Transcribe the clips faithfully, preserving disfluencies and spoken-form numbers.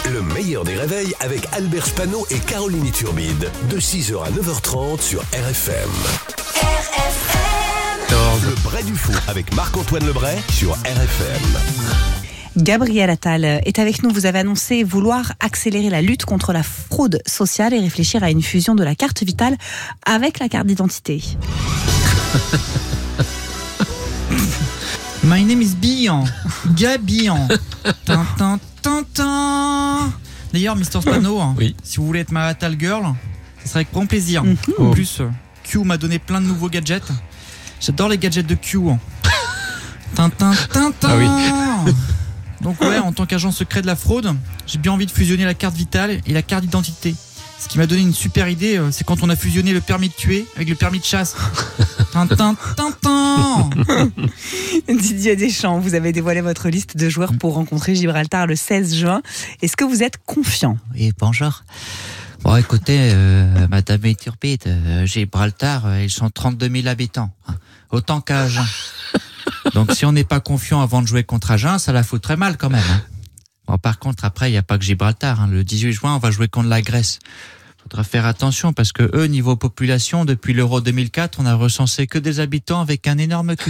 Le meilleur des réveils avec Albert Spano et Caroline Turbide. De six heures à neuf heures trente sur R F M. R F M. Le Bray du Fou avec Marc-Antoine Lebray sur R F M. Gabriel Attal est avec nous. Vous avez annoncé vouloir accélérer la lutte contre la fraude sociale et réfléchir à une fusion de la carte vitale avec la carte d'identité. My name is Bian. Gabian. Tintin, tintin. D'ailleurs, mister Spano, oui. si vous voulez être ma Attal girl, ce serait avec grand plaisir. Mm-hmm. En plus, Q m'a donné plein de nouveaux gadgets. J'adore les gadgets de Q. Tintin, tintin. Ah oui. Donc ouais, en tant qu'agent secret de la fraude, j'ai bien envie de fusionner la carte vitale et la carte d'identité. Ce qui m'a donné une super idée, c'est quand on a fusionné le permis de tuer avec le permis de chasse. Tintin, tintin. Didier Deschamps, vous avez dévoilé votre liste de joueurs pour rencontrer Gibraltar le seize juin. Est-ce que vous êtes confiant ? Oui, bonjour. Bon, écoutez, euh, Madame Turbide, euh, Gibraltar, euh, ils sont trente-deux mille habitants. Autant qu'à Agen. Donc si on n'est pas confiant avant de jouer contre Agen, ça la fout très mal quand même. Hein. Bon, par contre, après, il n'y a pas que Gibraltar. Hein. Le dix-huit juin, on va jouer contre la Grèce. Faudra faire attention parce que eux, niveau population, depuis l'Euro deux mille quatre, on a recensé que des habitants avec un énorme cul.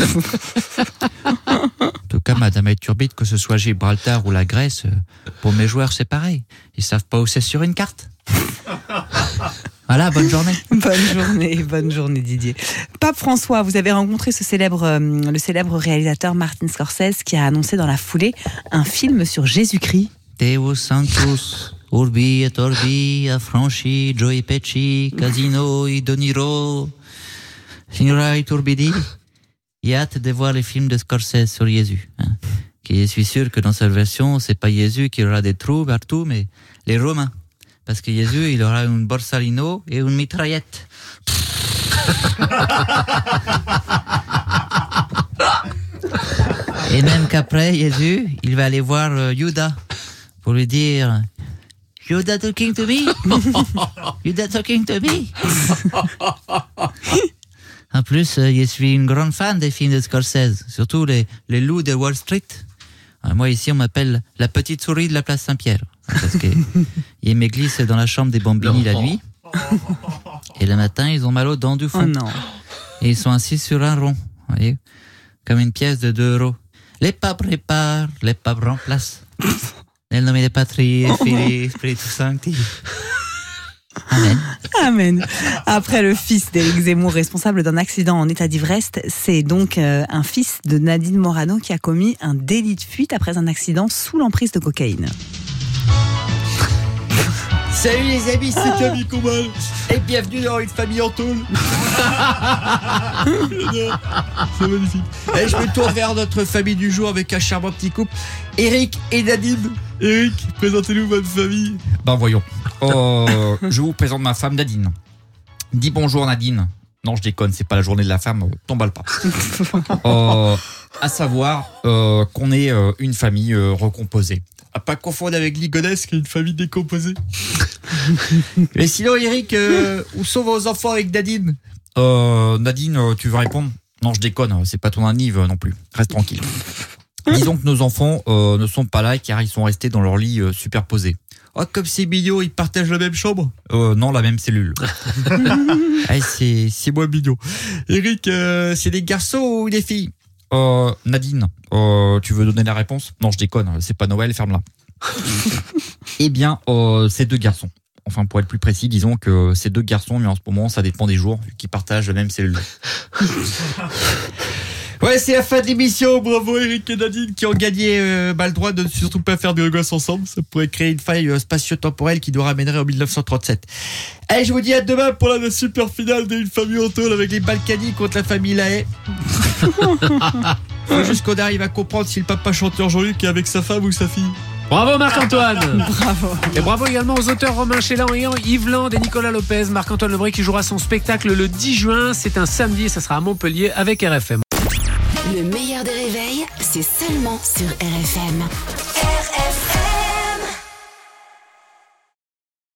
En tout cas, Madame Turbide, que ce soit Gibraltar ou la Grèce, pour mes joueurs, c'est pareil. Ils savent pas où c'est sur une carte. Voilà, bonne journée. Bonne journée, bonne journée Didier. Pape François, vous avez rencontré ce célèbre, euh, le célèbre réalisateur Martin Scorsese qui a annoncé dans la foulée un film sur Jésus-Christ. Deus Sanctus, Urbi et Orbi, Affranchi, Joey Pesci, Casino, De Niro, Signora Turbidi. Il a hâte de voir les films de Scorsese sur Jésus. Hein. Qui je suis sûr que dans cette version, c'est pas Jésus qui aura des trous partout, mais les Romains. Parce que Jésus, il aura une borsalino et une mitraillette. Et même qu'après, Jésus, il va aller voir euh, Judas pour lui dire « Judas talking to me? Judas talking to me ?» En plus, euh, je suis une grande fan des films de Scorsese, surtout les, les loups de Wall Street. Alors moi, ici, on m'appelle la petite souris de la place Saint-Pierre. Parce que ils me glissent dans la chambre des bambini la nuit. Et le matin, ils ont mal aux dents du fond. Oh non. Et ils sont assis sur un rond, voyez, comme une pièce de deux euros. Les papes réparent, les papes remplacent. Nel nome de Patrie, Filii, Spiritus Sancti. Amen. Amen. Après le fils d'Éric Zemmour, responsable d'un accident en état d'ivresse, c'est donc euh, un fils de Nadine Morano qui a commis un délit de fuite après un accident sous l'emprise de cocaïne. Salut les amis, c'est Camille Combal et bienvenue dans Une famille en tôle. C'est magnifique. Et je me tourne vers notre famille du jour avec un charmant petit couple, Eric et Nadine. Eric, présentez-nous votre famille. Ben voyons, euh, je vous présente ma femme Nadine. Dis bonjour Nadine. Non, je déconne, c'est pas la journée de la femme, t'emballe pas. Euh, à savoir euh, qu'on est euh, une famille euh, recomposée. À pas confondre avec Ligonesse qui est une famille décomposée. Mais sinon, Eric, euh, où sont vos enfants avec Nadine? Euh, Nadine, euh, tu veux répondre? Non, je déconne, c'est pas ton anniv non plus. Reste tranquille. Disons que nos enfants euh, ne sont pas là car ils sont restés dans leur lit euh, superposés. Oh, comme c'est mignon, ils partagent la même chambre. Euh, non, la même cellule. Ah, c'est, c'est moins mignon. Eric, euh, c'est des garçons ou des filles? Euh, Nadine, euh, tu veux donner la réponse? Non, je déconne, c'est pas Noël, ferme-la. Eh bien, euh, c'est deux garçons. Enfin, pour être plus précis, disons que c'est deux garçons, mais en ce moment, ça dépend des jours, qui partagent la même cellule. Ouais, c'est la fin de l'émission. Bravo Eric et Nadine qui ont gagné euh, bah, le droit de surtout pas faire de gosses ensemble. Ça pourrait créer une faille euh, spatio-temporelle qui nous ramènerait en dix-neuf cent trente-sept. Allez, je vous dis à demain pour la super finale d'une famille en tôle avec les Balkany contre la famille Lahaye. Faut juste qu'on arrive à comprendre si le papa chanteur Jean-Luc est avec sa femme ou sa fille. Bravo Marc-Antoine. Bravo. Et bravo également aux auteurs Romain Chélan et Yves Land et Nicolas Lopez. Marc-Antoine Lebray qui jouera son spectacle le dix juin. C'est un samedi et ça sera à Montpellier avec R F M. Le meilleur des réveils, c'est seulement sur R F M.